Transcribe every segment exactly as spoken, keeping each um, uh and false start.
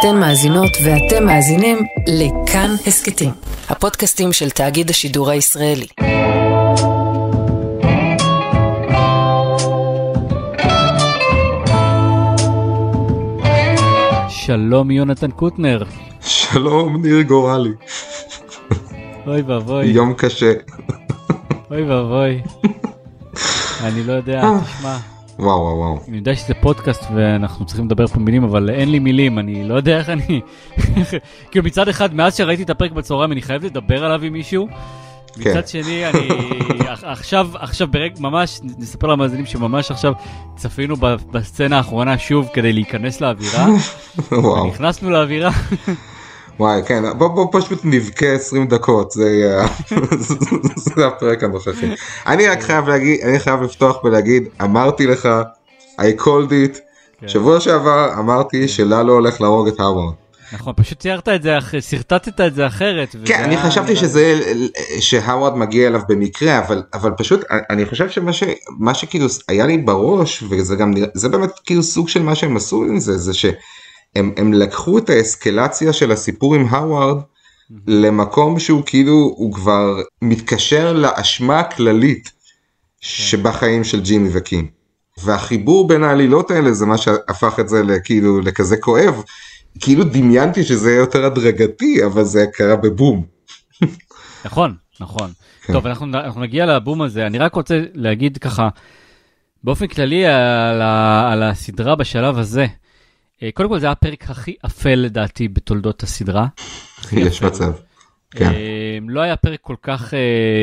אתן מאזינות ואתם מאזינים לכאן הסקטים, הפודקאסטים של תאגיד השידור הישראלי. שלום יונתן קוטנר. שלום ניר גורלי. אוי ואבוי. יום קשה. אוי ואבוי. אני לא יודע, תשמע. וואו וואו וואו. אני יודע שזה פודקאסט ואנחנו צריכים לדבר פה מילים, אבל אין לי מילים, אני לא יודע איך אני... כאילו מצד אחד, מאז שראיתי את הפרק בצהריים, אני חייב לדבר עליו עם מישהו. מצד שני, אני... עכשיו, עכשיו ברגע, ממש, נספר למאזינים שממש עכשיו צפינו בסצנה האחרונה שוב כדי להיכנס לאווירה. וואו. נכנסנו לאווירה. וואי, כן, בוא, בוא פשוט נבכה עשרים דקות, זה יהיה, זה הפרק הנוכחי. אני רק חייב להגיד, אני חייב לפתוח ולהגיד, אמרתי לך, I called it, שבוע שעבר אמרתי שללו הולך להרוג את האוורד. נכון, פשוט ציירת את זה, סרטטת את זה אחרת. כן, אני חשבתי שזה, שהאוורד מגיע אליו במקרה, אבל, אבל פשוט, אני חושב שמה ש, מה שכאילו היה לי בראש, וזה גם, זה באמת כאילו סוג של מה שהם עשו עם זה, זה ש... הם, הם לקחו את האסקלציה של הסיפור עם האוורד mm-hmm. למקום שהוא כאילו, הוא כבר מתקשר לאשמה הכללית okay. שבחיים של ג'ימי וקים. והחיבור בין העלילות האלה זה מה שהפך את זה לכאילו, לכזה כואב. כאילו דמיינתי שזה יהיה יותר הדרגתי, אבל זה קרה בבום. נכון, נכון. כן. טוב, אנחנו, אנחנו נגיע לבום הזה. אני רק רוצה להגיד ככה, באופן כללי על, ה, על הסדרה בשלב הזה, קודם כל זה היה הפרק הכי אפל לדעתי בתולדות הסדרה. יש מצב. כן. לא היה פרק כל כך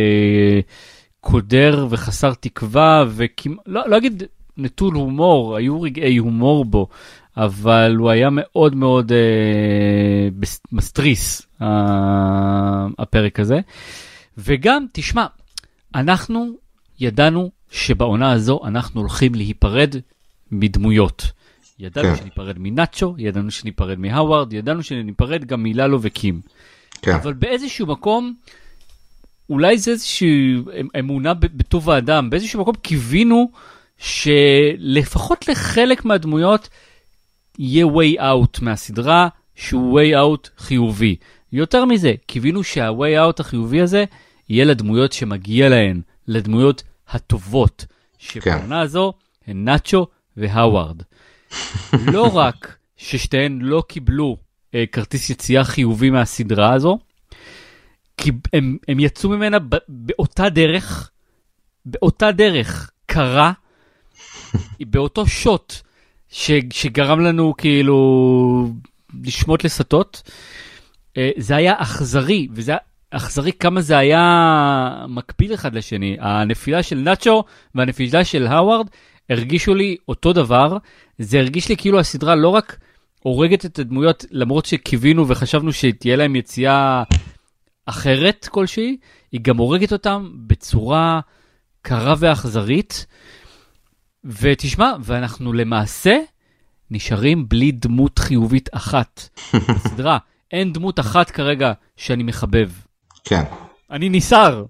קודר וחסר תקווה, ולא אגיד נטול הומור, היו רגעי הומור בו, אבל הוא היה מאוד מאוד מסטריס, הפרק הזה. וגם, תשמע, אנחנו ידענו שבעונה הזו אנחנו הולכים להיפרד מדמויות. ידענו כן. שניפרד מנאצ'ו, ידענו שניפרד מהאוורד, ידענו שניפרד גם מללו וקים. כן. אבל באיזשהו מקום, אולי זה איזושהי אמונה בטוב האדם, באיזשהו מקום קיווינו שלפחות לחלק מהדמויות יהיה way out מהסדרה, שהוא way out חיובי. יותר מזה, קיווינו שה-way out החיובי הזה יהיה לדמויות שמגיע להן, לדמויות הטובות, שבעונה כן. הזו הן נאצ'ו והאוורד. לא רק ששתיהן לא קיבלו אה, כרטיס יציאה חיובי מהסדרה הזו, כי הם, הם יצאו ממנה ב, באותה דרך, באותה דרך קרה, באותו שוט ש, שגרם לנו כאילו לשמות לסטות. אה, זה היה אכזרי, וזה היה אכזרי כמה זה היה מקביל אחד לשני. הנפילה של נאצ'ו והנפילה של האוורד הרגישו לי אותו דבר. זה הרגיש לי כאילו הסדרה לא רק הורגת את הדמויות, למרות שקיווינו וחשבנו שתהיה להם יציאה אחרת כלשהי, היא גם הורגת אותם בצורה קרה ואכזרית. ותשמע, ואנחנו למעשה נשארים בלי דמות חיובית אחת. בסדרה, אין דמות אחת כרגע שאני מחבב. כן. אני ניסר.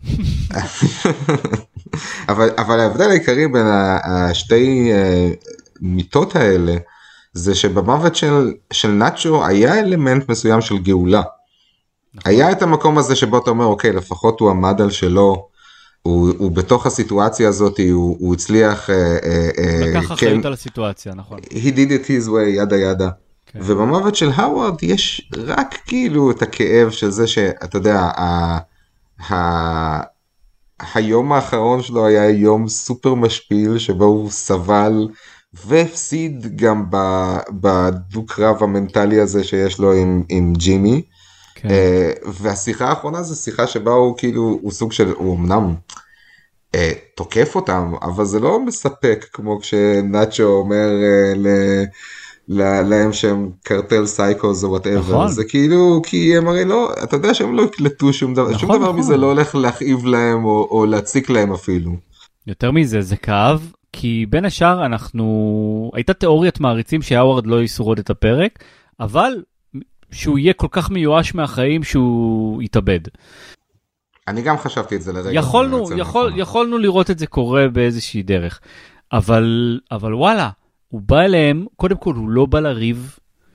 אבל, אבל ההבדל העיקרי בין השתי מיטות האלה, זה שבמוות של, של נאצ'ו היה אלמנט מסוים של גאולה. נכון. היה את המקום הזה שבו אתה אומר, אוקיי, לפחות הוא עמד על שלו, הוא, הוא בתוך הסיטואציה הזאת, הוא, הוא הצליח... לקח אחריות כן, על הסיטואציה, נכון. He did it his way, ידה ידה. כן. ובמוות של האוורד יש רק כאילו את הכאב של זה שאתה יודע, ה, ה, היום האחרון שלו היה יום סופר משפיל, שבו הוא סבל והפסיד גם בדו-קרב המנטלי הזה שיש לו עם, עם ג'ימי. כן. והשיחה האחרונה זו שיחה שבה הוא כאילו, הוא סוג של, הוא אמנם תוקף אותם, אבל זה לא מספק כמו כשנאצ'ו אומר ל... להם שהם קרטל סייקוז או whatever, נכון. זה כאילו, כי הם הרי לא, אתה יודע שהם לא יקלטו שום דבר, נכון, שום דבר נכון. מזה לא הולך להכאיב להם או, או להציק להם אפילו. יותר מזה, זה כאב, כי בין השאר אנחנו, הייתה תיאוריית מעריצים שהאוורד לא ישורד את הפרק, אבל שהוא יהיה כל כך מיואש מהחיים שהוא יתאבד. אני גם חשבתי את זה לרגע. יכולנו, יכול, יכולנו לראות את זה קורה באיזושהי דרך, אבל, אבל וואלה, הוא בא אליהם, קודם כל הוא לא בא לריב,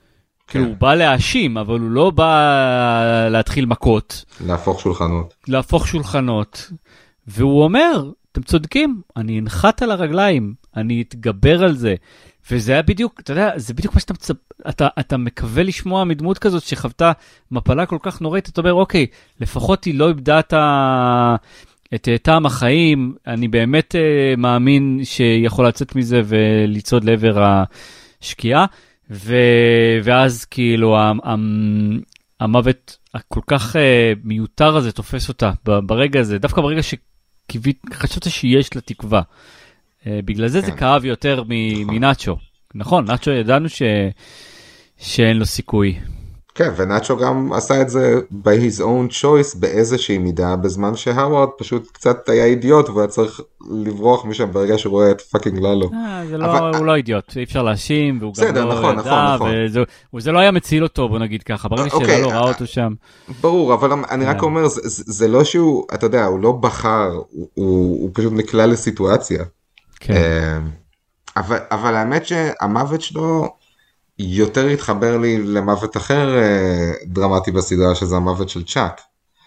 כאילו הוא בא להאשים, אבל הוא לא בא להתחיל מכות. להפוך שולחנות. להפוך שולחנות. והוא אומר, אתם צודקים, אני אנחת על הרגליים, אני אתגבר על זה. וזה היה בדיוק, אתה יודע, זה בדיוק מה שאתה מצפ... אתה, אתה מקווה לשמוע מדמות כזאת שחוותה מפלה כל כך נוראית, אתה אומר, אוקיי, לפחות היא לא איבדה את, ה... את טעם החיים, אני באמת uh, מאמין שיכול לצאת מזה וליצוד לעבר השקיעה, ו... ואז כאילו המ... המוות הכל כך uh, מיותר הזה תופס אותה ברגע הזה, דווקא ברגע שקיווית, חשבת שיש לה תקווה. Uh, בגלל זה כן. זה כאב יותר מ... נכון. מנאצ'ו. נכון, נאצ'ו ידענו ש... שאין לו סיכוי. כן, ונאצ'ו גם עשה את זה by his own choice באיזושהי מידה, בזמן שהווארד פשוט קצת היה אידיוט, והוא היה צריך לברוח משם ברגע שהוא רואה את פאקינג ללו. אה, זה לא, אבל... הוא לא אידיוט, אי אפשר להאשים, והוא בסדר, גם לא נכון, ידע, נכון, נכון. וזה, וזה לא היה מציל אותו, בוא נגיד ככה, ברגע אוקיי, שללו ראה אותו שם. ברור, אבל אני רק אומר, זה, זה לא שהוא, אתה יודע, הוא לא בחר, הוא, הוא, הוא פשוט נקלע לסיטואציה. כן. אבל, אבל האמת שהמוות שלו יותר התחבר לי למוות אחר דרמטי בסדרה, שזה המוות של צ'אק.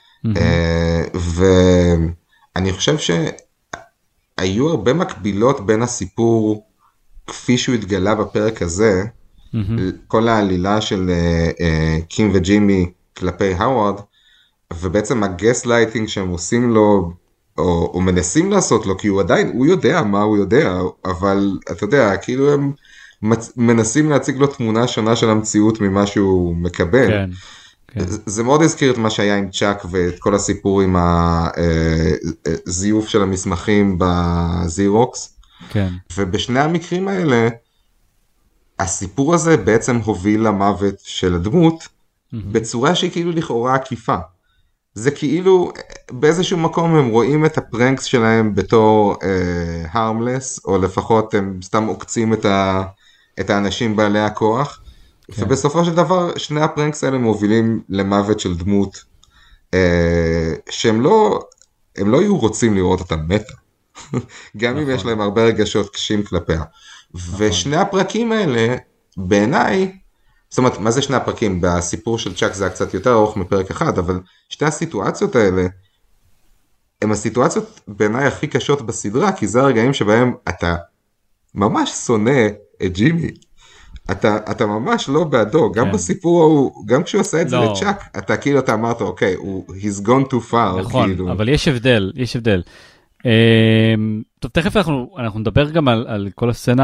ואני חושב שהיו הרבה מקבילות בין הסיפור, כפי שהוא התגלה בפרק הזה, כל העלילה של קים וג'ימי כלפי הווארד, ובעצם הגס לייטינג שהם עושים לו, או, או מנסים לעשות לו, כי הוא עדיין, הוא יודע מה הוא יודע, אבל אתה יודע, כאילו הם מצ... מנסים להציג לו תמונה שונה של המציאות ממה שהוא מקבל. כן, כן. זה, זה מאוד הזכיר את מה שהיה עם צ'אק, ואת כל הסיפור עם הזיוף של המסמכים בזירוקס. כן. ובשני המקרים האלה, הסיפור הזה בעצם הוביל למוות של הדמות, mm-hmm. בצורה שהיא כאילו לכאורה עקיפה. זה כאילו באיזשהו מקום הם רואים את הפרנקס שלהם בתור הרמלס, אה, או לפחות הם סתם עוקצים את, ה, את האנשים בעלי הכוח, כן. ובסופו של דבר שני הפרנקס האלה מובילים למוות של דמות, אה, שהם לא, הם לא יהיו רוצים לראות אותה מתה, גם נכון. אם יש להם הרבה רגשות קשים כלפיה. נכון. ושני הפרקים האלה בעיניי, זאת אומרת, מה זה שני הפרקים? בסיפור של צ'אק זה היה קצת יותר ארוך מפרק אחד, אבל שתי הסיטואציות האלה, הן הסיטואציות בעיניי הכי קשות בסדרה, כי זה הרגעים שבהם אתה ממש שונא את ג'ימי. אתה, אתה ממש לא בעדו, גם כן. בסיפור ההוא, גם כשהוא עשה את זה לא. לצ'אק, אתה כאילו אתה אמרת, אוקיי, הוא, he's gone too far. נכון, כאילו. אבל יש הבדל, יש הבדל. טוב, תכף אנחנו, אנחנו נדבר גם על, על כל הסצנה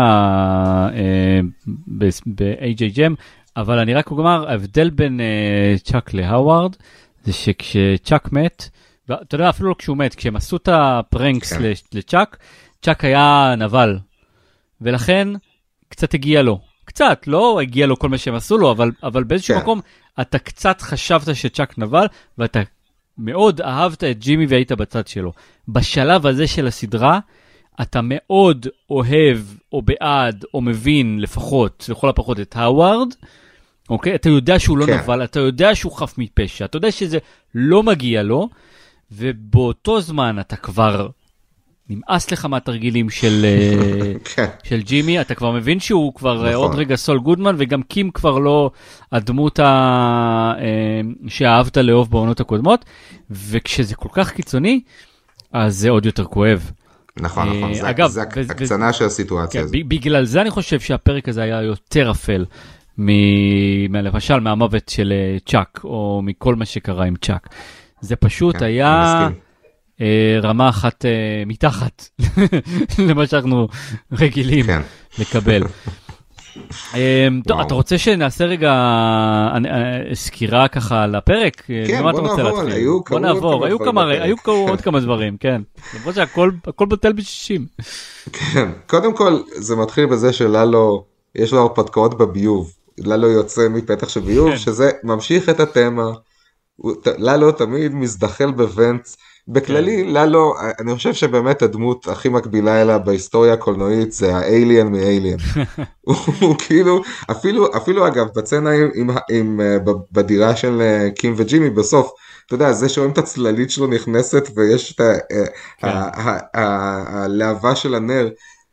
ב-איי ג'יי ג'ם, אבל אני רק אומר, ההבדל בין uh, צ'אק להווארד, זה שכשצ'אק מת, ואתה יודע, אפילו לא כשהוא מת, כשהם עשו את הפרנקס כן. לצ'אק, צ'אק היה נבל, ולכן קצת הגיע לו. קצת, לא הגיע לו כל מה שהם עשו לו, אבל, אבל באיזשהו כן. מקום, אתה קצת חשבת שצ'אק נבל, ואתה מאוד אהבת את ג'ימי והיית בצד שלו. בשלב הזה של הסדרה, אתה מאוד אוהב, או בעד, או מבין לפחות, לכל הפחות את הווארד, אוקיי? אתה יודע שהוא לא כן. נבל, אתה יודע שהוא חף מפשע, אתה יודע שזה לא מגיע לו, ובאותו זמן אתה כבר נמאס לך מהתרגילים של, כן. של ג'ימי, אתה כבר מבין שהוא כבר נכון. עוד רגע סול גודמן, וגם קים כבר לא הדמות ה... שאהבת לאהוב בעונות הקודמות, וכשזה כל כך קיצוני, אז זה עוד יותר כואב. נכון, נכון, זה, אגב, זה ו- הקצנה ו- של הסיטואציה כן, הזאת. בגלל זה אני חושב שהפרק הזה היה יותר אפל, מ- למשל מהמוות של צ'אק, או מכל מה שקרה עם צ'אק. זה פשוט כן, היה אה, רמה אחת אה, מתחת, למה שאנחנו רגילים כן. לקבל. טוב, אתה רוצה שנעשה רגע סקירה ככה על הפרק? כן, בוא נעבור, בוא נעבור, היו עוד כמה דברים, כן. למרות שהכל בטל בשישים. כן, קודם כל זה מתחיל בזה שללו, יש לו הרפתקאות בביוב, ללו יוצא מפתח של ביוב, שזה ממשיך את התמה, ללו תמיד מזדחל בוונץ, בכללי, ללו, אני חושב שבאמת הדמות הכי מקבילה אליה בהיסטוריה הקולנועית זה האליאן מאליאן. הוא כאילו, אפילו, אפילו אגב, בצנה עם, עם, בדירה של קים וג'ימי בסוף, אתה יודע, זה שרואים את הצללית שלו נכנסת ויש את הלהבה של הנר,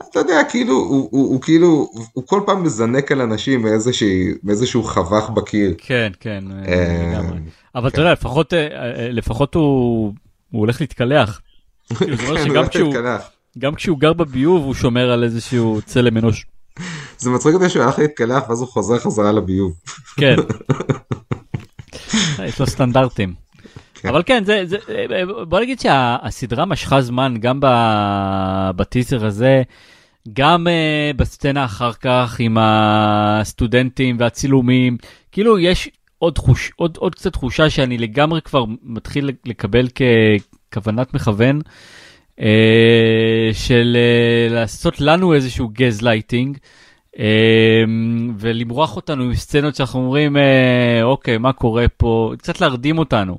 אתה יודע, כאילו, הוא, הוא, הוא כאילו, הוא כל פעם מזנק על אנשים מאיזשהו חווך בקיר. כן, כן, לגמרי. אבל אתה יודע, לפחות, לפחות הוא, הוא הולך להתקלח. כאילו, זאת אומרת שגם כשהוא, גם כשהוא גר בביוב, הוא שומר על איזשהו צלם אנוש. זה מצחיק אותי שהוא הלך להתקלח, ואז הוא חוזר חזרה לביוב. כן. יש לו סטנדרטים. אבל כן, זה, זה, בוא נגיד שהסדרה משכה זמן גם בטיזר הזה, גם uh, בסצנה אחר כך עם הסטודנטים והצילומים, כאילו יש עוד, חוש, עוד, עוד קצת תחושה שאני לגמרי כבר מתחיל לקבל ככוונת מכוון, uh, של uh, לעשות לנו איזשהו גז לייטינג, uh, ולמרוח אותנו עם סצנות שאנחנו אומרים, uh, אוקיי, מה קורה פה, קצת להרדים אותנו.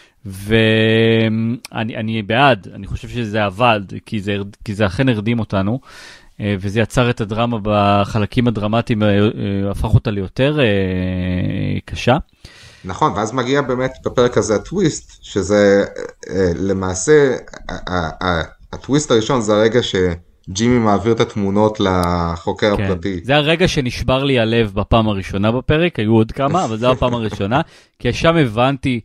ואני אני בעד, אני חושב שזה עבד, כי זה, כי זה אכן הרדים אותנו, וזה יצר את הדרמה בחלקים הדרמטיים, הפך אותה ליותר קשה. נכון, ואז מגיע באמת בפרק הזה הטוויסט, שזה למעשה, הטוויסט הראשון זה הרגע שג'ימי מעביר את התמונות לחוקר כן, הפרטי. זה הרגע שנשבר לי הלב בפעם הראשונה בפרק, היו עוד כמה, אבל זה הפעם הראשונה, כי שם הבנתי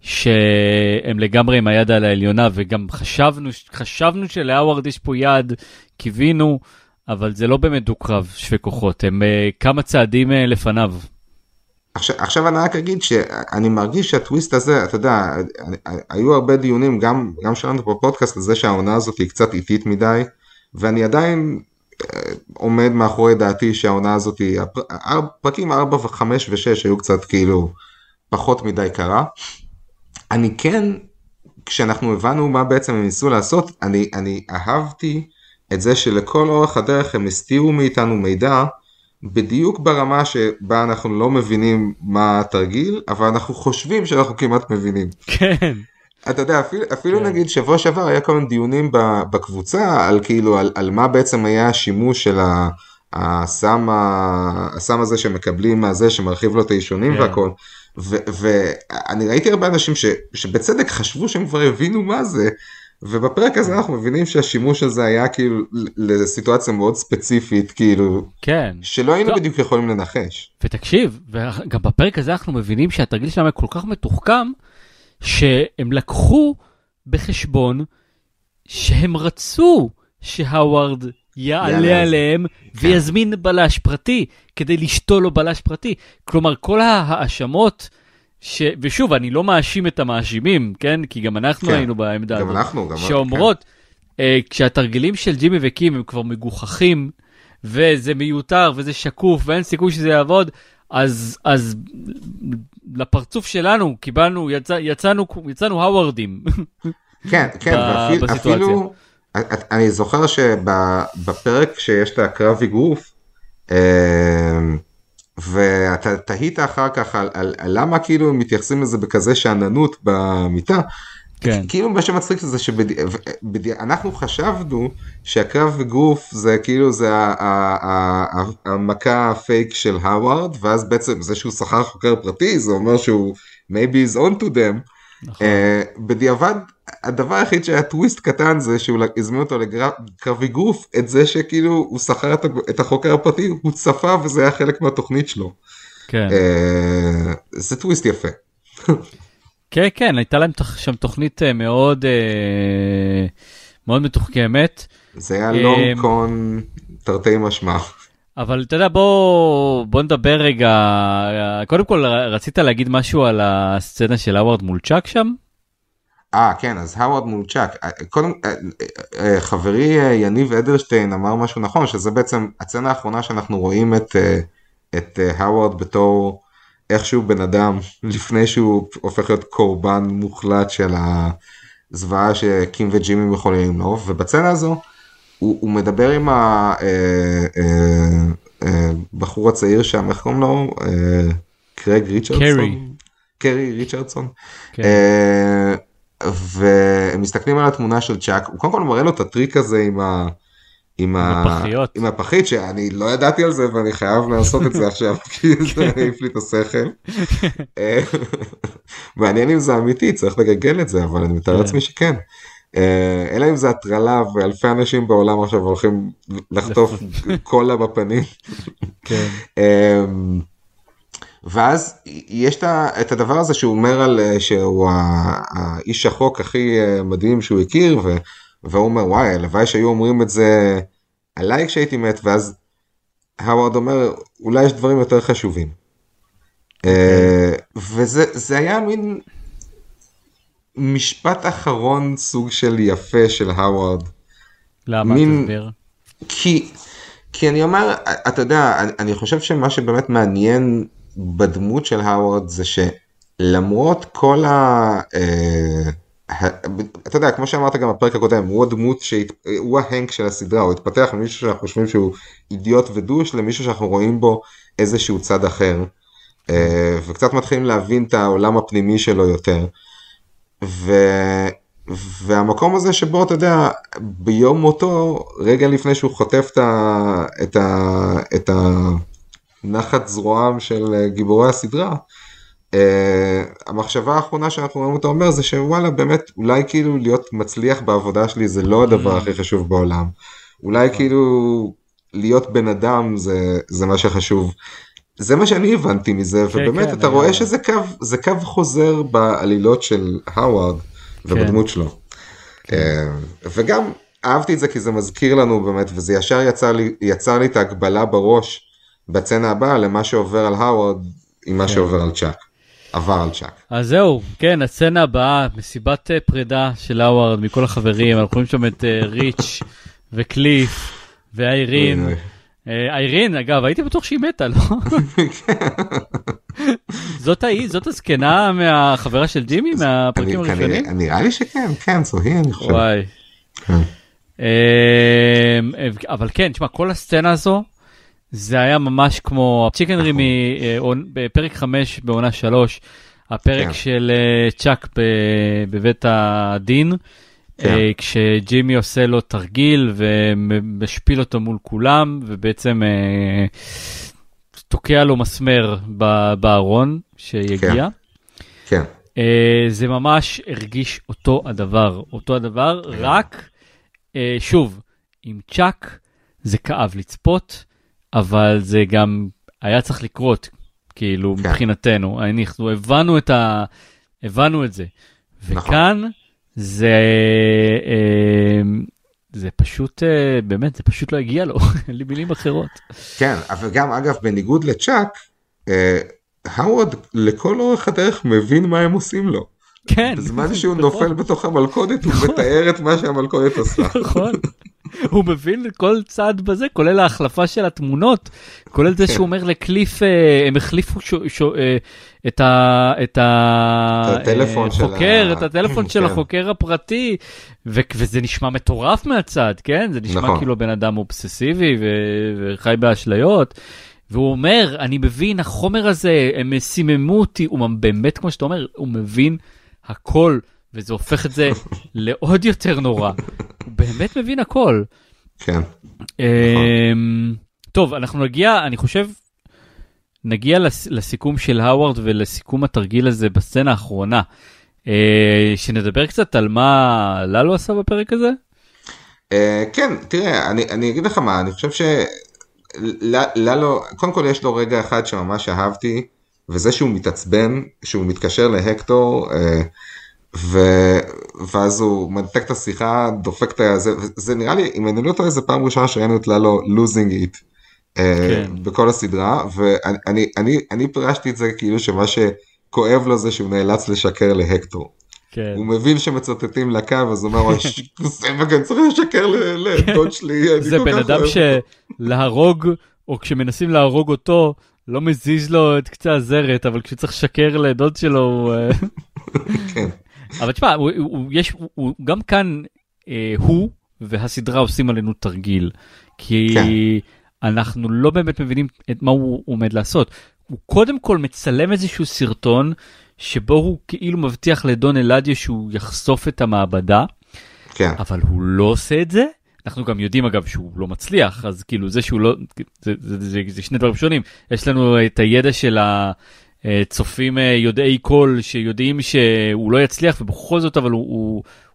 שהם לגמרי עם היד על העליונה, וגם חשבנו, חשבנו שלהאוורד יש פה יד, קיווינו, אבל זה לא באמת דו-קרב שווה כוחות, הם uh, כמה צעדים uh, לפניו. עכשיו, עכשיו אני רק אגיד שאני מרגיש שהטוויסט הזה, אתה יודע, היו הרבה דיונים, גם, גם שלנו בפודקאסט הזה, שהעונה הזאת היא קצת איטית מדי, ואני עדיין עומד מאחורי דעתי שהעונה הזאת, הפרקים ארבע וחמש ושש היו קצת כאילו פחות מדי קרה. אני כן, כשאנחנו הבנו מה בעצם הם ניסו לעשות, אני, אני אהבתי את זה שלכל אורך הדרך הם הסתירו מאיתנו מידע, בדיוק ברמה שבה אנחנו לא מבינים מה התרגיל, אבל אנחנו חושבים שאנחנו כמעט מבינים. כן. אתה יודע, אפילו, אפילו כן. נגיד שבוע שעבר היה כל מיני דיונים בקבוצה, על כאילו, על, על מה בעצם היה השימוש של הסם, הסם הזה שמקבלים מהזה, שמרחיב לו את האישונים כן. והכל. ואני ראיתי הרבה אנשים ש, שבצדק חשבו שהם כבר הבינו מה זה, ובפרק הזה אנחנו מבינים שהשימוש הזה היה כאילו לסיטואציה מאוד ספציפית, כאילו, כן. שלא היינו לא. בדיוק יכולים לנחש. ותקשיב, וגם בפרק הזה אנחנו מבינים שהתרגיל שלהם היה כל כך מתוחכם, שהם לקחו בחשבון שהם רצו שהאוורד יעלה עליהם כן. ויזמין בלש פרטי, כדי לשתול לו בלש פרטי. כלומר, כל ההאשמות, ש... ושוב, אני לא מאשים את המאשימים, כן? כי גם אנחנו כן. היינו בעמדה גם הזאת. אנחנו, גם שאומרות, כן. אה, כשהתרגילים של ג'ימי וקים הם כבר מגוחכים, וזה מיותר, וזה שקוף, ואין סיכוי שזה יעבוד, אז, אז לפרצוף שלנו קיבלנו, יצא, יצאנו, יצאנו האוורדים. כן, כן, ואפילו, אפילו, אני זוכר שבפרק שיש את הקרב אגרוף, ואתה תהית אחר כך על, על, על למה כאילו הם מתייחסים לזה בכזה שעננות במיטה, כן. כאילו מה שמצחיק זה שאנחנו חשבנו שהקרב אגרוף זה כאילו זה המכה הפייק של האוורד, ואז בעצם זה שהוא שכר חוקר פרטי, זה אומר שהוא maybe is on to them. נכון. Uh, בדיעבד, הדבר היחיד שהיה טוויסט קטן זה שהוא הזמין אותו לקרב אגרוף, את זה שכאילו הוא שכר את החוקר הפרטי, הוא צפה וזה היה חלק מהתוכנית שלו. כן. Uh, זה טוויסט יפה. כן, כן, הייתה להם שם תוכנית מאוד מאוד מתוחכמת. זה היה לונג קון תרתי משמע. אבל אתה יודע, בוא, בוא נדבר רגע, קודם כל רצית להגיד משהו על הסצנה של האוורד מול צ'אק שם? אה, כן, אז האוורד מול צ'אק, קודם, חברי יניב אדלשטיין אמר משהו נכון, שזה בעצם הסצנה האחרונה שאנחנו רואים את, את האוורד בתור איכשהו בן אדם, לפני שהוא הופך להיות קורבן מוחלט של הזוועה שקים וג'ימי יכולים לו, ובסצנה הזו, הוא, הוא מדבר עם הבחור הצעיר שם, איך קוראים לו? קרג ריצ'רדסון? קרי. קרי ריצ'רדסון. כן. והם מסתכלים על התמונה של צ'אק, הוא קודם כל מראה לו את הטריק הזה עם ה... עם הפחיות. עם הפחית, שאני לא ידעתי על זה, ואני חייב לעשות את זה עכשיו, כי זה העיף לי את השכל. מעניין אם זה אמיתי, צריך לגגל את זה, אבל אני מתאר לעצמי שכן. אלא אם זה הטרלה ואלפי אנשים בעולם עכשיו הולכים לחטוף קולה בפנים. ואז יש את הדבר הזה שהוא אומר על שהוא האיש החוק הכי מדהים שהוא הכיר, והוא אומר וואי, הלוואי שהיו אומרים את זה עליי כשהייתי מת, ואז האוורד אומר אולי יש דברים יותר חשובים. וזה היה מין משפט אחרון סוג של יפה של האוורד. למה תסביר? כי, כי אני אומר, אתה יודע, אני, אני חושב שמה שבאמת מעניין בדמות של האוורד זה שלמרות כל ה... אה, אתה יודע, כמו שאמרת גם בפרק הקודם, הוא הדמות, שהת... הוא ההנק של הסדרה, הוא התפתח למישהו שאנחנו חושבים שהוא אידיוט ודוש, למישהו שאנחנו רואים בו איזשהו צד אחר, אה, וקצת מתחילים להבין את העולם הפנימי שלו יותר. ו... והמקום הזה שבו, אתה יודע, ביום מותו, רגע לפני שהוא חוטף את, ה... את, ה... את הנחת זרועם של גיבורי הסדרה, uh, המחשבה האחרונה שאנחנו רואים אותו אומר, זה שוואלה, באמת, אולי כאילו להיות מצליח בעבודה שלי, זה לא הדבר הכי חשוב בעולם. אולי כאילו להיות בן אדם, זה, זה מה שחשוב. זה מה שאני הבנתי מזה, ובאמת אתה רואה שזה קו, זה קו חוזר בעלילות של האוורד, ובדמות שלו. וגם אהבתי את זה כי זה מזכיר לנו באמת, וזה ישר יצר לי, יצר לי את ההגבלה בראש, בצנה הבאה, למה שעובר על האוורד, עם מה שעובר על צ'אק. עבר על צ'אק. אז זהו, כן, הצנה הבאה, מסיבת פרידה של האוורד, מכל החברים, אנחנו רואים שם את ריץ' וקליף, ואיירין, איירין, אגב, הייתי בטוח שהיא מתה, לא? זאת ההיא, זאת הזקנה מהחברה של ג'ימי, מהפרקים הראשונים? נראה לי שכן, כן, זו היא, אני חושב. וואי. אבל כן, תשמע, כל הסצנה הזו, זה היה ממש כמו צ'יקן רימי, בפרק חמש בעונה שלוש, הפרק של צ'אק בבית הדין, כשג'ימי עושה לו תרגיל ומשפיל אותו מול כולם, ובעצם תוקע לו מסמר בארון שיגיע. כן. זה ממש הרגיש אותו הדבר, אותו הדבר, רק, שוב, עם צ'אק זה כאב לצפות, אבל זה גם היה צריך לקרות, כאילו, מבחינתנו. אנחנו הבנו את ה... הבנו את זה. וכאן זה... זה פשוט, באמת, זה פשוט לא הגיע לו, אין לי מילים אחרות. כן, אבל גם, אגב, בניגוד לצ'אק, האוורד לכל אורך הדרך מבין מה הם עושים לו. כן. בזמן שהוא נופל בתוך המלכודת, הוא מתאר את מה שהמלכודת עושה. נכון. הוא מבין כל צעד בזה, כולל ההחלפה של התמונות, כולל זה שהוא אומר לקליף, הם החליפו את החוקר, את הטלפון של החוקר הפרטי, וזה נשמע מטורף מהצד, כן? זה נשמע כאילו בן אדם אובססיבי וחי באשליות, והוא אומר, אני מבין, החומר הזה, הם סיממו אותי, הוא באמת, כמו שאתה אומר, הוא מבין הכל, וזה הופך את זה לעוד יותר נורא. הוא באמת מבין הכל. כן. טוב, אנחנו נגיע, אני חושב, נגיע לסיכום של האוורד ולסיכום התרגיל הזה בסצנה האחרונה. שנדבר קצת על מה ללו עשה בפרק הזה? כן, תראה, אני אגיד לך מה, אני חושב ש... ללו, קודם כל יש לו רגע אחד שממש אהבתי, וזה שהוא מתעצבן, שהוא מתקשר להקטור, ו... ואז הוא מנתק את השיחה, דופק את זה, זה נראה לי, אם אני לא טועה, זה פעם ראשונה שראינו את ללו losing it, כן. בכל הסדרה, ואני אני, אני פירשתי את זה כאילו שמה שכואב לו זה שהוא נאלץ לשקר להקטור. כן. הוא מבין שמצטטים לקו, אז הוא אומר, אני צריך לשקר לדוד שלי. זה בן אדם שלהרוג, או כשמנסים להרוג אותו, לא מזיז לו את קצה הזרת, אבל כשצריך לשקר לדוד שלו, הוא... כן. אבל תשמע, הוא, הוא, יש, הוא, הוא, גם כאן אה, הוא והסדרה עושים עלינו תרגיל, כי כן. אנחנו לא באמת מבינים את מה הוא עומד לעשות. הוא קודם כל מצלם איזשהו סרטון, שבו הוא כאילו מבטיח לדון אלדיה שהוא יחשוף את המעבדה, כן. אבל הוא לא עושה את זה. אנחנו גם יודעים אגב שהוא לא מצליח, אז כאילו זה שהוא לא, זה, זה, זה, זה שני דברים שונים. יש לנו את הידע של הצופים יודעי קול, שיודעים שהוא לא יצליח, ובכל זאת אבל הוא, הוא,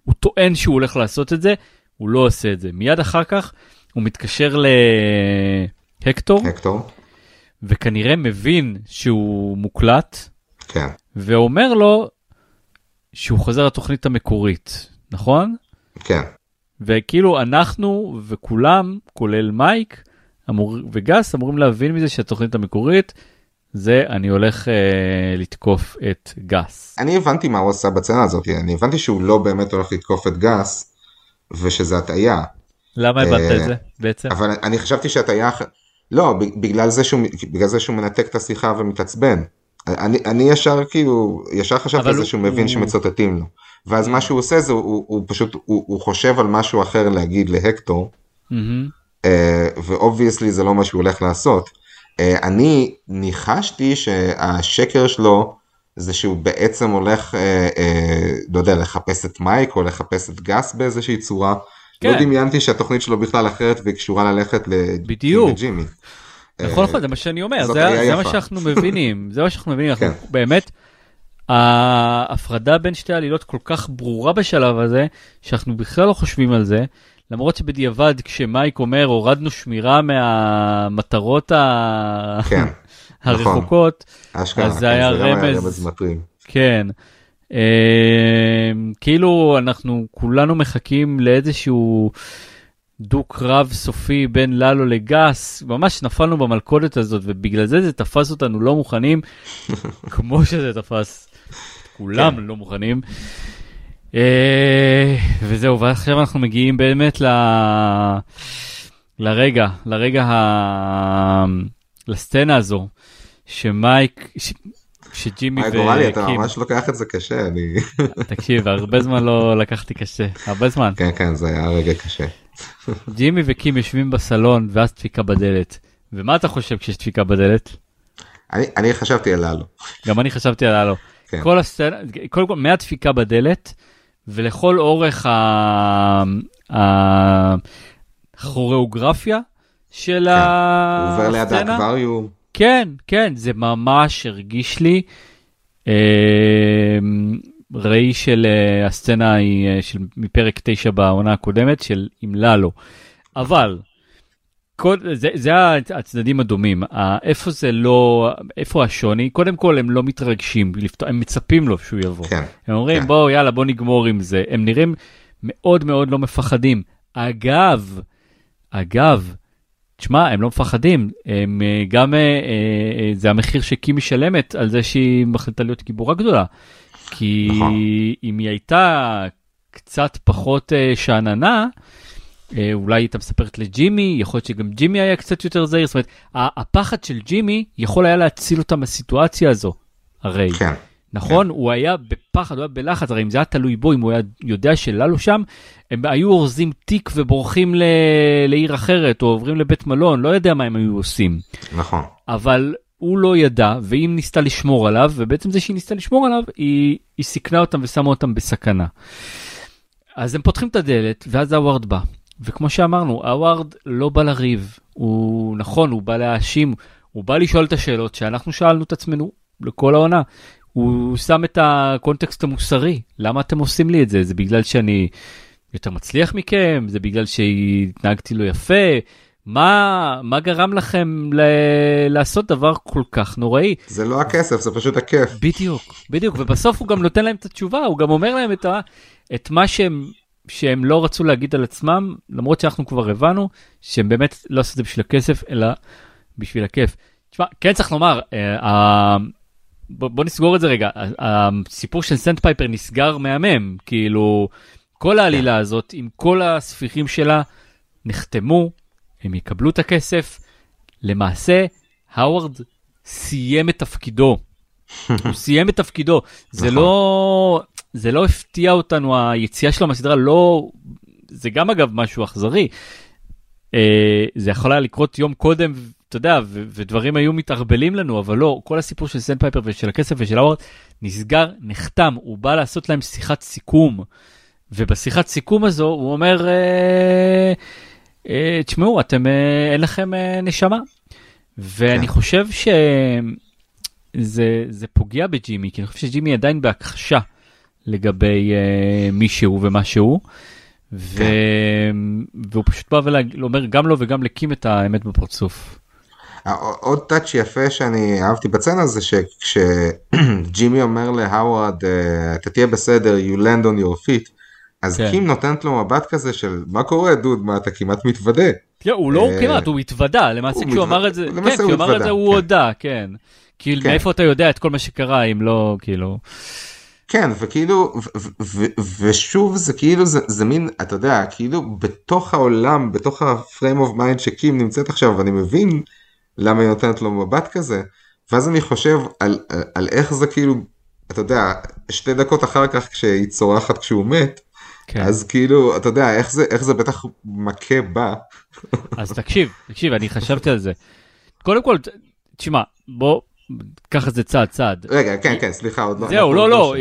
הוא טוען שהוא הולך לעשות את זה, הוא לא עושה את זה. מיד אחר כך הוא מתקשר להקטור, הקטור. וכנראה מבין שהוא מוקלט, כן. ואומר לו שהוא חוזר לתוכנית המקורית, נכון? כן. וכאילו אנחנו וכולם, כולל מייק אמור, וגס, אמורים להבין מזה שהתוכנית המקורית, זה אני הולך אה, לתקוף את גס. אני הבנתי מה הוא עשה בצנה הזאת, אני הבנתי שהוא לא באמת הולך לתקוף את גס, ושזה הטעיה. למה הבנת את זה בעצם? אבל אני חשבתי שהטעיה, לא, בגלל זה שהוא, בגלל זה שהוא מנתק את השיחה ומתעצבן. אני, אני ישר כאילו, ישר חשבתי על זה שהוא מבין שמצוטטים לו. ואז מה שהוא עושה זה, הוא, הוא פשוט, הוא, הוא חושב על משהו אחר להגיד להקטור, ואובייסלי זה לא מה שהוא הולך לעשות. אני ניחשתי שהשקר שלו, זה שהוא בעצם הולך, לא יודע, לחפש את מייק, או לחפש את גס באיזושהי צורה. לא דמיינתי שהתוכנית שלו בכלל אחרת, והיא קשורה ללכת לג'ימי. נכון, נכון, זה מה שאני אומר, זה מה שאנחנו מבינים, זה מה שאנחנו מבינים, באמת, ההפרדה בין שתי העלילות כל כך ברורה בשלב הזה, שאנחנו בכלל לא חושבים על זה, למרות שבדיעבד כשמייק אומר, הורדנו שמירה מהמטרות הרחוקות, אז זה היה רמז, כן, כאילו אנחנו כולנו מחכים לאיזשהו דוק רב סופי בין ללו לגס, ממש נפלנו במלכודת הזאת, ובגלל זה זה תפס אותנו לא מוכנים, כמו שזה תפס, כולם לא מוכנים. וזהו, ועכשיו אנחנו מגיעים באמת לרגע, לרגע, לסצנה הזו, שמייק, שג'ימי וקים... גורלי, אתה ממש לוקח את זה קשה, אני... תקשיב, הרבה זמן לא לקחתי קשה, הרבה זמן. כן, כן, זה היה רגע קשה. ג'ימי וקים יושבים בסלון, ואז דפיקה בדלת. ומה אתה חושב כשיש דפיקה בדלת? אני, אני חשבתי על ללו. גם אני חשבתי על ללו. כן. כל הסצנה, קודם כל, מהדפיקה בדלת, ולכל אורך הכוריאוגרפיה של כן. הסצנה. הוא עובר ליד האקווריום. כן, כן, זה ממש הרגיש לי, אה, ראי של uh, הסצנה היא uh, של, מפרק תשע בעונה הקודמת של עם ללו. אבל, כל, זה, זה הצדדים הדומים. Uh, איפה זה לא, איפה השוני? קודם כל הם לא מתרגשים, הם מצפים לו שהוא יבוא. כן, הם אומרים כן. בוא יאללה בוא נגמור עם זה. הם נראים מאוד מאוד לא מפחדים. אגב, אגב, תשמע, הם לא מפחדים, הם גם, זה המחיר שקים משלמת על זה שהיא מחליטה להיות גיבורה גדולה. כי נכון. אם היא הייתה קצת פחות שעננה, אולי הייתה מספרת לג'ימי, יכול להיות שגם ג'ימי היה קצת יותר זהיר, זאת אומרת, הפחד של ג'ימי יכול היה להציל אותה מהסיטואציה הזו, הרי. כן. נכון? כן. הוא היה בפחד, הוא היה בלחץ, הרי אם זה היה תלוי בו, אם הוא היה יודע שללו שם, הם היו אורזים תיק ובורחים ל... לעיר אחרת, או עוברים לבית מלון, לא יודע מה הם היו עושים. נכון. אבל הוא לא ידע, ואם ניסתה לשמור עליו, ובעצם זה שהיא ניסתה לשמור עליו, היא, היא סיכנה אותם ושמה אותם בסכנה. אז הם פותחים את הדלת, ואז הווארד בא. וכמו שאמרנו, הווארד לא בא לריב. הוא, נכון, הוא בא להאשים, הוא בא לשאול את השאלות שאנחנו שאלנו את עצמנו לכל העונה. הוא שם את הקונטקסט המוסרי. למה אתם עושים לי את זה? זה בגלל שאני יותר מצליח מכם? זה בגלל שהתנהגתי לו יפה? מה, מה גרם לכם ל- לעשות דבר כל כך נוראי? זה לא הכסף, זה פשוט הכיף. בדיוק, בדיוק. ובסוף הוא גם נותן להם את התשובה, הוא גם אומר להם את, ה- את מה שהם, שהם לא רצו להגיד על עצמם, למרות שאנחנו כבר הבנו, שהם באמת לא עשו את זה בשביל הכסף, אלא בשביל הכיף. תשמע, כן צריך לומר, אה, בוא, בוא נסגור את זה רגע, הסיפור של סנדפייפר נסגר מהמם, כאילו, כל העלילה הזאת, עם כל הספיחים שלה, נחתמו, הם יקבלו את הכסף, למעשה, הווארד סיים את תפקידו, הוא סיים את תפקידו, זה לא, זה לא הפתיע אותנו, היציאה שלו מהסדרה, לא, זה גם אגב משהו אכזרי, זה יכול היה לקרות יום קודם, אתה יודע, ו- ודברים היו מתערבלים לנו, אבל לא, כל הסיפור של סנדפייפר ושל הכסף ושל הווארד נסגר, נחתם, הוא בא לעשות להם שיחת סיכום, ובשיחת סיכום הזו הוא אומר, אה, אה, תשמעו, אתם, אה, אין לכם אה, נשמה. ואני כן. חושב שזה זה פוגע בג'ימי, כי אני חושב שג'ימי עדיין בהכחשה לגבי uh, מי שהוא ומה שהוא, ו... והוא פשוט בא ואומר גם לו וגם לקים את האמת בפרצוף. עוד טאץ' יפה שאני אהבתי בצנה זה שכשג'ימי אומר להווארד, אתה תהיה בסדר, you land on your feet, אז כן. קים נותנת לו מבט כזה של מה קורה דוד, מה אתה כמעט מתוודה. כן, הוא לא כמעט, הוא התוודה, למעשה כשהוא אמר את זה, כן, כשהוא אמר את זה הוא הודה, כן. כאילו מאיפה אתה יודע את כל מה שקרה אם לא, כאילו... כן, וכאילו, ושוב זה כאילו, זה מין, אתה יודע, כאילו בתוך העולם, בתוך ה-frame of mind שקים נמצאת עכשיו, ואני מבין למה היא נותנת לו מבט כזה, ואז אני חושב על, על איך זה כאילו, אתה יודע, שתי דקות אחר כך כשהיא צורחת כשהוא מת, כן. אז כאילו, אתה יודע, איך זה, איך זה בטח מכה בה. אז תקשיב, תקשיב, אני חשבתי על זה. קודם כל, תשמע, בוא, קח את זה צעד צעד. רגע, כן, כן, סליחה, עוד לא. זהו, לא, לא,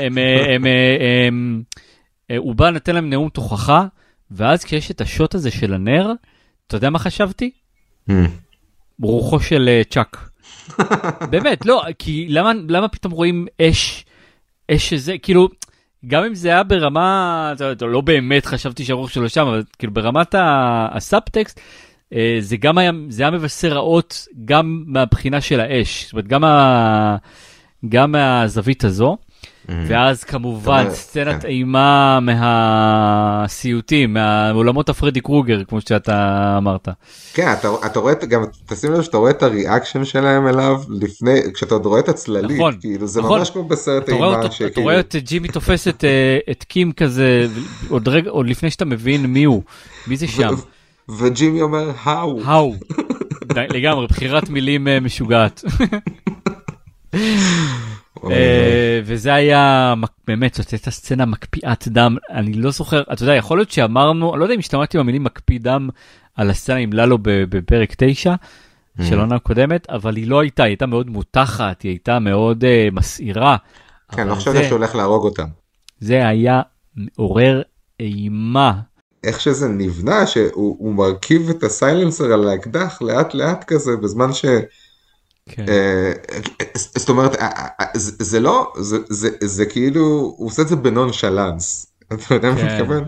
הוא בא נתן להם נאום תוכחה, ואז כשיש את השוט הזה של הנר, אתה יודע מה חשבתי? רוחו של צ'אק. באמת, לא, כי למה, למה פתאום רואים אש, אש שזה, כאילו, גם אם זה היה ברמה, לא באמת חשבתי שהרוח שלו שם, אבל כאילו ברמת הסאבטקסט, זה גם היה, זה היה מבשר רעות גם מהבחינה של האש, זאת אומרת, גם, ה, גם מהזווית הזו, ואז כמובן סצנת אימה מהסיוטים, מהעולמות הפרדי קרוגר, כמו שאתה אמרת. כן, אתה, אתה רואה, גם תשים לב שאתה רואה את הריאקשן שלהם אליו, לפני, כשאתה עוד רואה את הצללית, נכון, כאילו זה נכון. ממש כמו בסרט אימה. אותו, שכאילו... אתה רואה את ג'ימי תופס את, את קים כזה, עוד, רגע, עוד לפני שאתה מבין מי הוא, מי זה שם. וג'ימי אומר, how? how? לגמרי, בחירת מילים משוגעת. וזה היה באמת, זאת הייתה סצנה מקפיאת דם, אני לא זוכר, אתה יודע, יכול להיות שאמרנו, אני לא יודע אם השתמשתי במילים מקפיא דם על הסצנה עם ללו בפרק תשע, של עונה הקודמת, אבל היא לא הייתה, היא הייתה מאוד מותחת, היא הייתה מאוד מסעירה. כן, לא חושב שהולך להרוג אותם. זה היה מעורר אימה. איך שזה נבנה, שהוא מרכיב את הסיילנסר על האקדח לאט לאט כזה, בזמן ש... זאת אומרת, זה לא, זה כאילו, הוא עושה את זה בנונשלנס, אתה יודע מה אני מתכוון?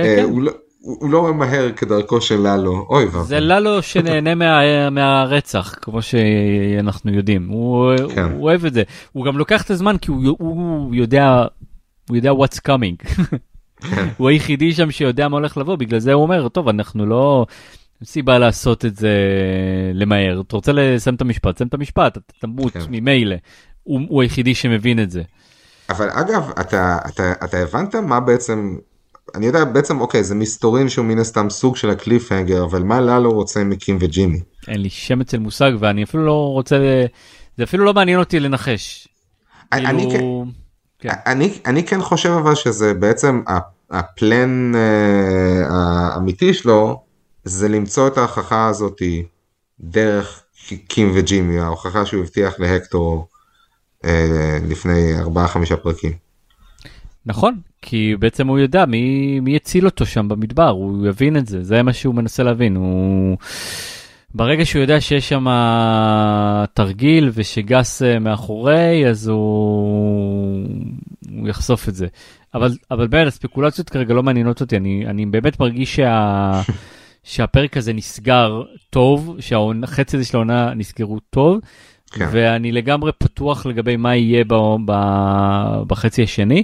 הוא לא ממהר כדרכו של ללו, אוי ואבוי. זה ללו שנהנה מהרצח, כמו שאנחנו יודעים, הוא אוהב את זה, הוא גם לוקח את הזמן כי הוא יודע, הוא יודע what's coming, הוא היחידי שם שיודע מה הולך לבוא, בגלל זה הוא אומר, טוב, אנחנו לא... סיבה לעשות את זה למהר. אתה רוצה לסיים את המשפט, סיים את המשפט, אתה תמות ממילא. הוא, הוא היחידי שמבין את זה. אבל אגב, אתה, אתה, אתה הבנת מה בעצם, אני יודע בעצם, אוקיי, זה מסתורים שהוא מן הסתם סוג של הקליפהנגר, אבל מה ללו רוצה מקים וג'ימי? אין לי שם אצל מושג, ואני אפילו לא רוצה, זה אפילו לא מעניין אותי לנחש. אני, כאילו... כן. אני, אני כן חושב אבל שזה בעצם הפלן האמיתי שלו, זה למצוא את ההוכחה הזאת דרך קים וג'ימי, ההוכחה שהוא הבטיח להקטור אה, לפני ארבעה חמישה פרקים. נכון, כי בעצם הוא יודע מי, מי יציל אותו שם במדבר, הוא יבין את זה, זה מה שהוא מנסה להבין, הוא... ברגע שהוא יודע שיש שם תרגיל ושגס מאחורי, אז הוא, הוא יחשוף את זה. אבל, אבל בין הספקולציות כרגע לא מעניינות אותי, אני, אני באמת מרגיש שה... שהפרק הזה נסגר טוב, שהחצי הזה של העונה נסגרו טוב, כן. ואני לגמרי פתוח לגבי מה יהיה ב, ב, בחצי השני.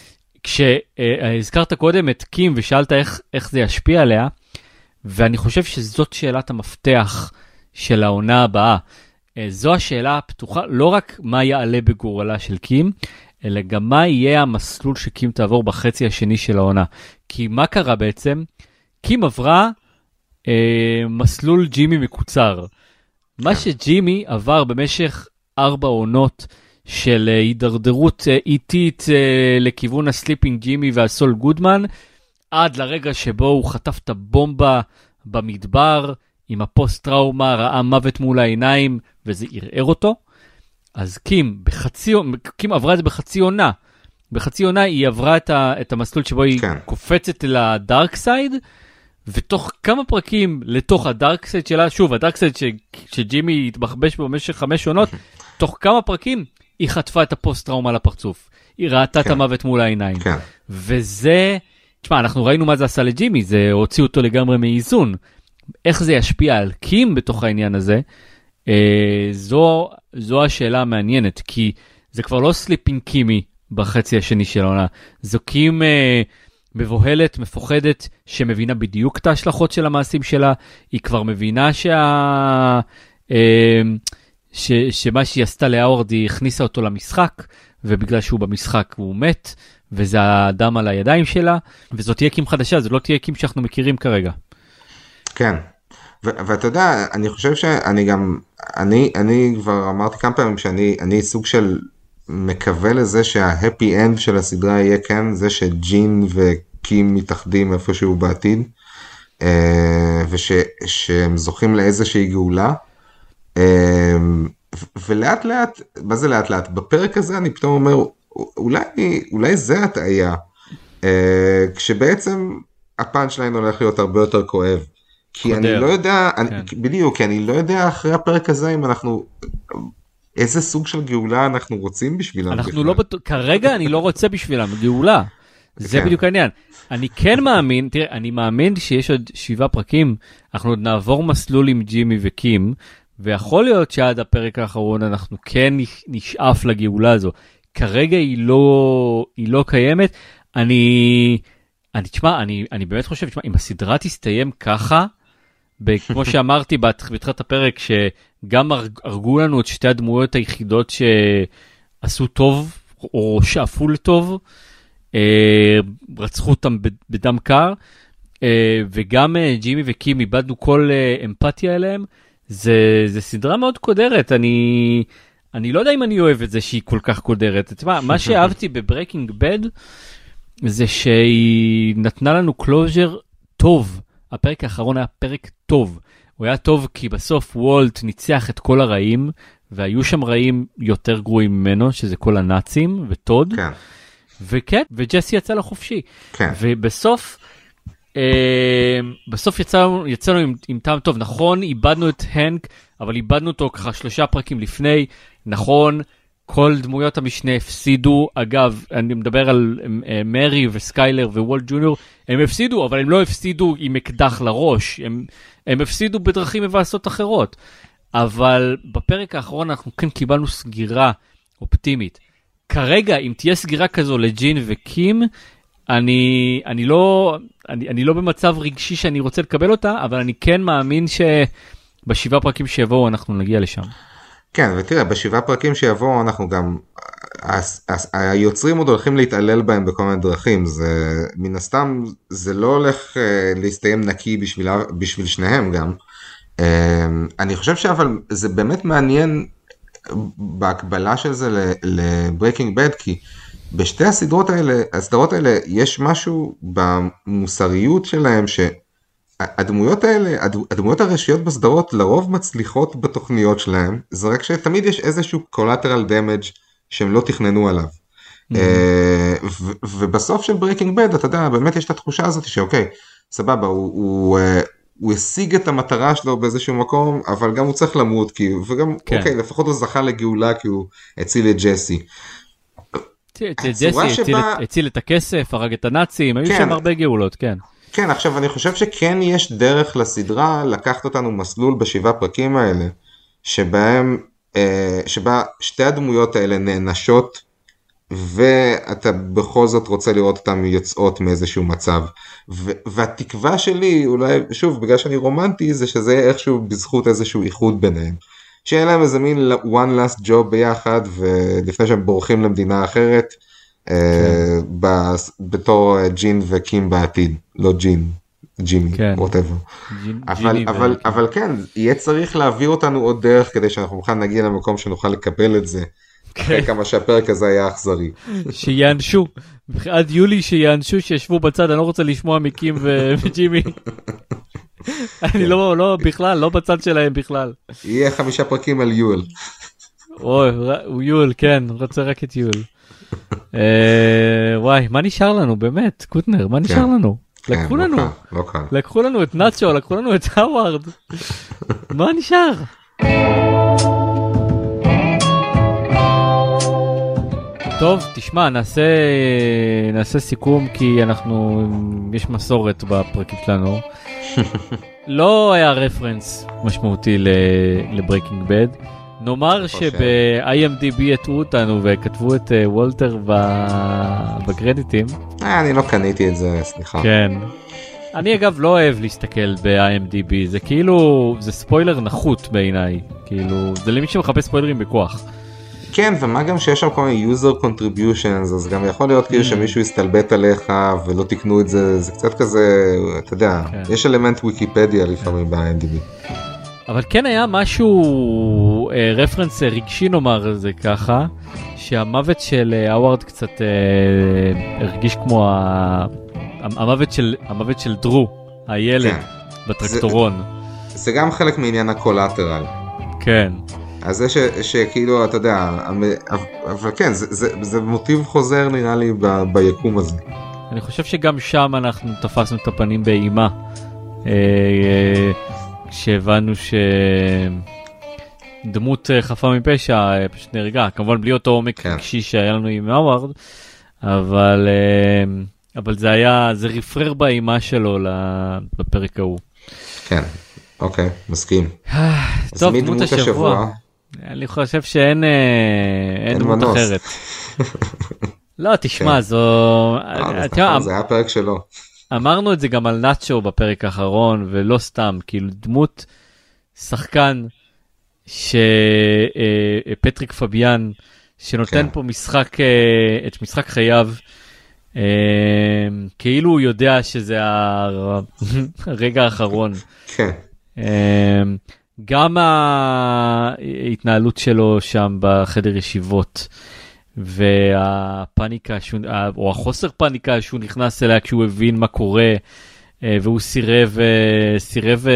כשהזכרת קודם את קים ושאלת איך, איך זה ישפיע עליה, ואני חושב שזאת שאלת המפתח של העונה הבאה. זו השאלה הפתוחה, לא רק מה יעלה בגורלה של קים, אלא גם מה יהיה המסלול שקים תעבור בחצי השני של העונה. כי מה קרה בעצם? קים עברה Uh, מסלול ג'ימי מקוצר. מה שג'ימי עבר במשך ארבע עונות של uh, הידרדרות uh, איטית uh, לכיוון הסליפינג ג'ימי והסול גודמן, עד לרגע שבו הוא חטף את הבומבה במדבר, עם הפוסט-טראומה, ראה מוות מול העיניים, וזה ערער אותו. אז קים, בחצי, קים עברה את זה בחצי עונה. בחצי עונה היא עברה את, ה, את המסלול שבו היא כן. קופצת לדארק סייד, ותוך כמה פרקים לתוך הדארקסייד שלה, שוב, הדארקסייד ש, שג'ימי התבחבש במשך חמש עונות, תוך כמה פרקים היא חטפה את הפוסט-טראומה לפרצוף. היא ראתה את המוות מול העיניים. וזה, תשמע, אנחנו ראינו מה זה עשה לג'ימי, זה הוציא אותו לגמרי מאיזון. איך זה ישפיע על קים בתוך העניין הזה, זו, זו השאלה המעניינת, כי זה כבר לא סליפינג קימי בחצי השני של העונה, זו קים מבוהלת, מפוחדת, שמבינה בדיוק את ההשלכות של המעשים שלה, היא כבר מבינה שה... ש... שמה שהיא עשתה להאוורד, היא הכניסה אותו למשחק, ובגלל שהוא במשחק הוא מת, וזה הדם על הידיים שלה, וזאת תהיה קים חדשה, זו לא תהיה קים שאנחנו מכירים כרגע. כן, ו- ואתה יודע, אני חושב שאני גם, אני, אני כבר אמרתי כמה פעמים שאני אני סוג של מקווה לזה שההפי אנד של הסדרה יהיה כן, זה שג'ין וקים מתאחדים איפשהו בעתיד, ושהם זוכים לאיזושהי גאולה, ולאט לאט, מה זה לאט לאט? בפרק הזה אני פתאום אומר, אולי, אולי זה הטעיה, כשבעצם הפאנץ' ליין הולך להיות הרבה יותר כואב. כי אני לא יודע, בדיוק, כי אני לא יודע אחרי הפרק הזה אם אנחנו, איזה סוג של גאולה אנחנו רוצים בשבילם. אנחנו לא, כרגע אני לא רוצה בשבילם גאולה. זה בדיוק העניין. אני כן מאמין, תראה, אני מאמין שיש עוד שבעה פרקים, אנחנו עוד נעבור מסלול עם ג'ימי וקים, ויכול להיות שעד הפרק האחרון אנחנו כן נשאף לגאולה הזו. כרגע היא לא, היא לא קיימת. אני, אני, תשמע, אני, אני באמת חושב, תשמע, אם הסדרה תסתיים ככה, כמו שאמרתי בתחילת הפרק, שגם הרגו לנו את שתי הדמויות היחידות שעשו טוב, או שאפו לטוב, רצחו אותם בדם קר, וגם ג'ימי וקים איבדנו כל אמפתיה אליהם, זה, זה סדרה מאוד קודרת, אני, אני לא יודע אם אני אוהב את זה שהיא כל כך קודרת. תשמע, מה שאהבתי בברייקינג בד, זה שהיא נתנה לנו קלוז'ר טוב. הפרק האחרון היה פרק טוב. הוא היה טוב כי בסוף וולט ניצח את כל הרעים, והיו שם רעים יותר גרועים ממנו, שזה כל הנאצים וטוד. כן. וכן, וג'סי יצא לחופשי. כן. ובסוף, אה, בסוף יצאנו, יצאנו עם, עם טעם טוב. נכון, איבדנו את הנק, אבל איבדנו אותו ככה שלושה פרקים לפני. נכון, כל דמויות המשנה הפסידו, אגב, אני מדבר על מרי וסקיילר ווולט ג'וניור, הם הפסידו, אבל הם לא הפסידו עם אקדח לראש, הם, הם הפסידו בדרכים מבאסות אחרות. אבל בפרק האחרון אנחנו כן קיבלנו סגירה אופטימית. כרגע, אם תהיה סגירה כזו לג'ין וקים, אני, אני, לא, אני, אני לא במצב רגשי שאני רוצה לקבל אותה, אבל אני כן מאמין שבשבעה פרקים שיבואו אנחנו נגיע לשם. כן, ותראה, בשבעה פרקים שיבואו אנחנו גם, היוצרים עוד הולכים להתעלל בהם בכל מיני דרכים, זה, מן הסתם זה לא הולך להסתיים נקי בשביל, בשביל שניהם גם. אני חושב שאבל זה באמת מעניין בהקבלה של זה לברייקינג בד, כי בשתי הסדרות האלה, הסדרות האלה יש משהו במוסריות שלהם ש... הדמויות האלה, הדמויות הראשיות בסדרות לרוב מצליחות בתוכניות שלהם, זה רק שתמיד יש איזשהו collateral damage שהם לא תכננו עליו. ובסוף של Breaking Bad, אתה יודע, באמת יש את התחושה הזאת שאוקיי, סבבה, הוא השיג את המטרה שלו באיזשהו מקום, אבל גם הוא צריך למות, וגם, אוקיי, לפחות הוא זכה לגאולה, כי הוא הציל את ג'סי. ג'סי הציל את הכסף, הרג את הנאצים, היו שם הרבה גאולות, כן. כן, עכשיו אני חושב שכן יש דרך לסדרה לקחת אותנו מסלול בשבעה פרקים האלה, שבהם, אה, שבה שתי הדמויות האלה נענשות, ואתה בכל זאת רוצה לראות אותם יוצאות מאיזשהו מצב. ו- והתקווה שלי, אולי, שוב, בגלל שאני רומנטי, זה שזה יהיה איכשהו בזכות איזשהו איחוד ביניהם. שיהיה להם איזה מין one last job ביחד, ולפני שהם בורחים למדינה אחרת, בתור ג'ין וקים בעתיד, לא ג'ין, ג'ימי, whatever. אבל כן, יהיה צריך להעביר אותנו עוד דרך כדי שאנחנו נוכל נגיע למקום שנוכל לקבל את זה, אחרי כמה שהפרק הזה היה אכזרי. שיאנשו, עד יולי שיאנשו, שישבו בצד, אני לא רוצה לשמוע מקים וג'ימי. אני לא, לא, בכלל, לא בצד שלהם בכלל. יהיה חמישה פרקים על יול. אוי, יול, כן, רוצה רק את יול. וואי, מה נשאר לנו באמת, קוטנר, מה נשאר לנו? לקחו לנו, לקחו לנו את נאצ'ו, לקחו לנו את האוורד, מה נשאר? טוב, תשמע, נעשה, נעשה סיכום כי אנחנו, יש מסורת בפרקים שלנו. לא היה רפרנס משמעותי לברייקינג בד. נאמר שב-איי אם די בי הטעו אותנו וכתבו את וולטר בקרדיטים. אני לא קניתי את זה, סליחה. כן. אני אגב לא אוהב להסתכל ב-איי אם די בי, זה כאילו, זה ספוילר נחות בעיניי. כאילו, זה למי שמחפש ספוילרים בכוח. כן, ומה גם שיש שם כל מיני user contributions, אז גם יכול להיות כאילו שמישהו יסתלבט עליך ולא תקנו את זה, זה קצת כזה, אתה יודע, יש אלמנט ויקיפדיה לפעמים ב-איי אם די בי. אבל כן היה משהו, רפרנס רגשי נאמר זה ככה, שהמוות של האוורד קצת הרגיש כמו המוות של, המוות של דרו, הילד בטרקטורון. זה גם חלק מעניין הקולטרל. כן. אז זה ש, שכאילו, אתה יודע, אבל כן, זה, זה, זה מוטיב חוזר נראה לי ב, ביקום הזה. אני חושב שגם שם אנחנו תפסנו את הפנים באימה, כשהבנו שדמות חפה מפשע פשוט נהרגה, כמובן בלי אותו עומק רגשי שהיה לנו עם האוורד, אבל, אבל זה היה, זה רפרר באימה שלו בפרק ההוא. כן, אוקיי, מסכים. טוב, דמות השבוע. אני חושב שאין דמות אחרת. לא, תשמע, זו... זה היה פרק שלו. אמרנו את זה גם על נאצ'ו בפרק האחרון, ולא סתם, כאילו דמות שחקן שפטריק פביאן, שנותן פה משחק, את משחק חייו, כאילו הוא יודע שזה הרגע האחרון. כן. גם ההתנהלות שלו שם בחדר ישיבות, והפאניקה, או החוסר פאניקה שהוא נכנס אליה כשהוא הבין מה קורה, והוא סירב, סירב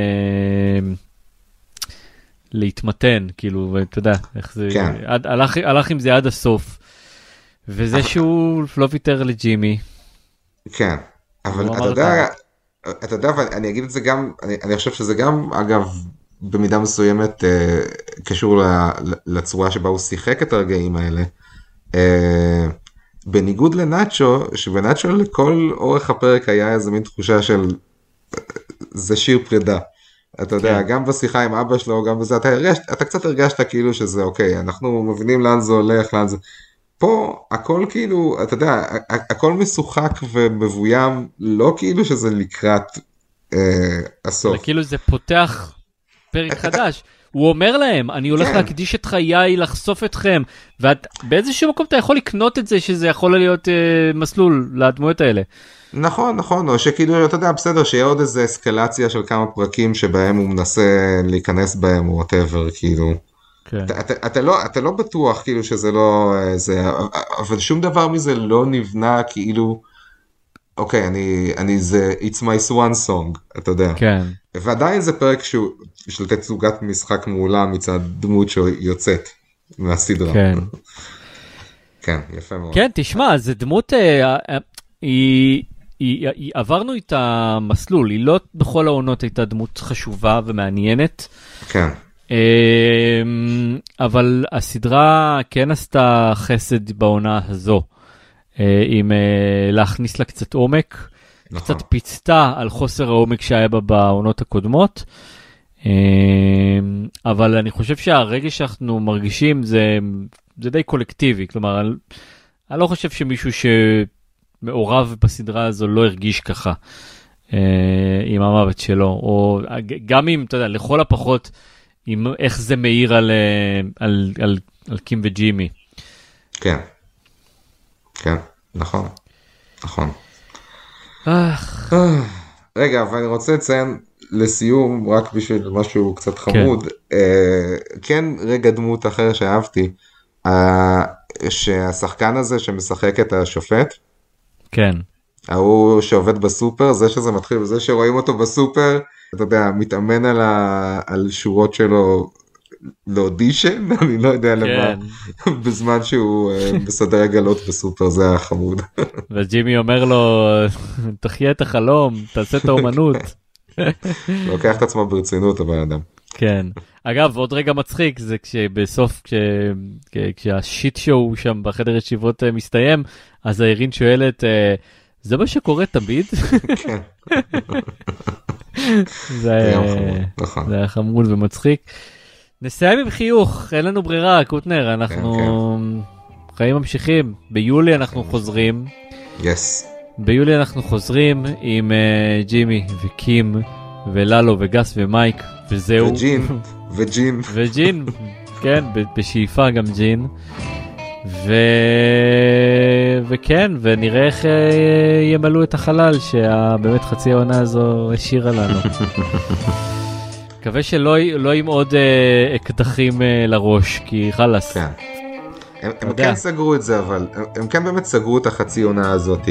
להתמתן, כאילו, אתה יודע, איך זה, כן. הלך, הלך עם זה עד הסוף, וזה שהוא לא ויתר לג'ימי. כן, אבל אתה יודע, אתה יודע, אני אגיד את זה גם, אני, אני חושב שזה גם, אגב, במידה מסוימת, אה, קשור לצורה שבה הוא שיחק את הרגעים האלה, אה, בניגוד לנאצ'ו, שבנאצ'ו לכל אורך הפרק היה איזה מין תחושה של, זה שיר פרידה. אתה יודע, גם בשיחה עם אבא שלו, גם בזה, אתה, הרגש, אתה קצת הרגשת כאילו שזה, אוקיי, אנחנו מבינים לאן זה הולך, לאן זה... פה הכל כאילו, אתה יודע, הכל משוחק ומבוים, לא כאילו שזה לקראת אה, הסוף. אלא כאילו זה פותח פרק חדש. הוא אומר להם, אני הולך להקדיש את חיי לחשוף אתכם, ובאיזשהו מקום אתה יכול לקנות את זה, שזה יכול להיות אה, מסלול לדמויות האלה. נכון, נכון, או שכאילו, אתה יודע, בסדר, שיהיה עוד איזו אסקלציה של כמה פרקים, שבהם הוא מנסה להיכנס בהם, או whatever, כאילו. כן. אתה, אתה, אתה, לא, אתה לא בטוח כאילו שזה לא, זה, אבל שום דבר מזה לא נבנה כאילו, אוקיי, אני, אני זה, it's my swan song, אתה יודע. כן. ועדיין זה פרק שהוא, של תצוגת משחק מעולה מצד דמות שיוצאת מהסדרה. כן. כן, יפה מאוד. כן, תשמע, זה דמות, אה, אה, היא, היא, היא, עברנו את המסלול, היא לא בכל העונות הייתה דמות חשובה ומעניינת. כן. אבל הסדרה כן עשתה חסד בעונה הזו, עם להכניס לה קצת עומק, קצת פיצתה על חוסר העומק שהיה בה בעונות הקודמות, אבל אני חושב שהרגע שאנחנו מרגישים זה, זה די קולקטיבי, כלומר, אני לא חושב שמישהו שמעורב בסדרה הזו לא הרגיש ככה עם המוות שלו, או גם אם, אתה יודע, לכל הפחות, עם איך זה מאיר על, על, על, על קים וג'ימי. כן. כן, נכון. נכון. רגע, אבל אני רוצה לציין לסיום, רק בשביל משהו קצת חמוד, כן, כן רגע דמות אחר שאהבתי, שהשחקן הזה שמשחק את השופט, כן. ההוא שעובד בסופר, זה שזה מתחיל, וזה שרואים אותו בסופר, אתה יודע, מתאמן על, ה... על שורות שלו לאודישן, אני לא יודע למה, בזמן שהוא בסדר הגלות בסופר, זה היה חמוד. וג'ימי אומר לו, תחיה את החלום, תעשה את האומנות. לוקח את עצמו ברצינות, הבן אדם. כן. אגב, עוד רגע מצחיק, זה כשבסוף, כש... כשהשיט שואו שם בחדר ישיבות מסתיים, אז האירין שואלת, זה מה שקורה תמיד? כן. זה היה חמוד ומצחיק. נסיים עם חיוך, אין לנו ברירה, קוטנר, אנחנו חיים ממשיכים. ביולי אנחנו חוזרים. יס. ביולי אנחנו חוזרים עם ג'ימי וקים וללו וגס ומייק, וזהו. וג'ין, וג'ין. וג'ין, כן, בשאיפה גם ג'ין. ו... וכן, ונראה איך ימלאו את החלל שבאמת חצי העונה הזו השאירה לנו. מקווה שלא לא עם עוד אה, אקדחים אה, לראש, כי חלס. כן. הם, הם כן סגרו את זה, אבל הם, הם כן באמת סגרו את החצי עונה הזאת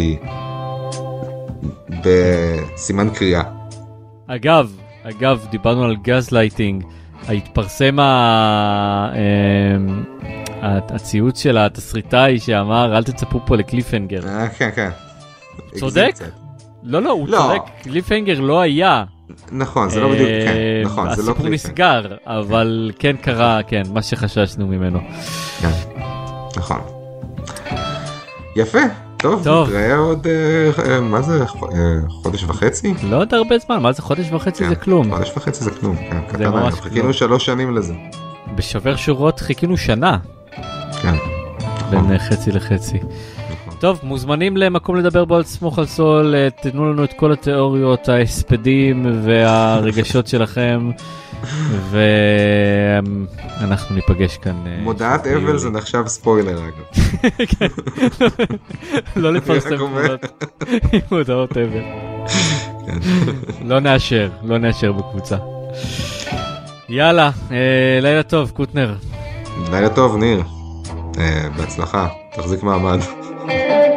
בסימן קריאה. אגב, אגב, דיברנו על גז לייטינג, התפרסם ה... אה, הציוץ של התסריטאי שאמר, אל תצפו פה לקליפהנגר. אה, כן, כן. צודק? לא, לא, הוא לא. צודק, קליפהנגר לא היה. נכון, זה לא בדיוק, כן, נכון, זה לא הסיפור קליפהנגר. נסגר, אבל כן קרה, כן, מה שחששנו ממנו. כן, נכון. יפה, טוב, טוב. נתראה עוד, אה, מה זה, חודש וחצי? לא עוד הרבה זמן, מה זה חודש וחצי זה כלום. חודש וחצי זה כלום, כן, זה קטן, ממש חיכינו כלום. שלוש שנים לזה. בשובר שורות חיכינו שנה, כן. בין חצי לחצי. טוב, מוזמנים למקום לדבר בו על סמוך על סול, תתנו לנו את כל התיאוריות, ההספדים והרגשות שלכם, ואנחנו ניפגש כאן. מודעת אבל זה נחשב ספוילר אגב. לא לפרסם מודעות אבל. לא נאשר, לא נאשר בקבוצה. יאללה, לילה טוב, קוטנר. לילה טוב, ניר. בהצלחה, תחזיק מעמד.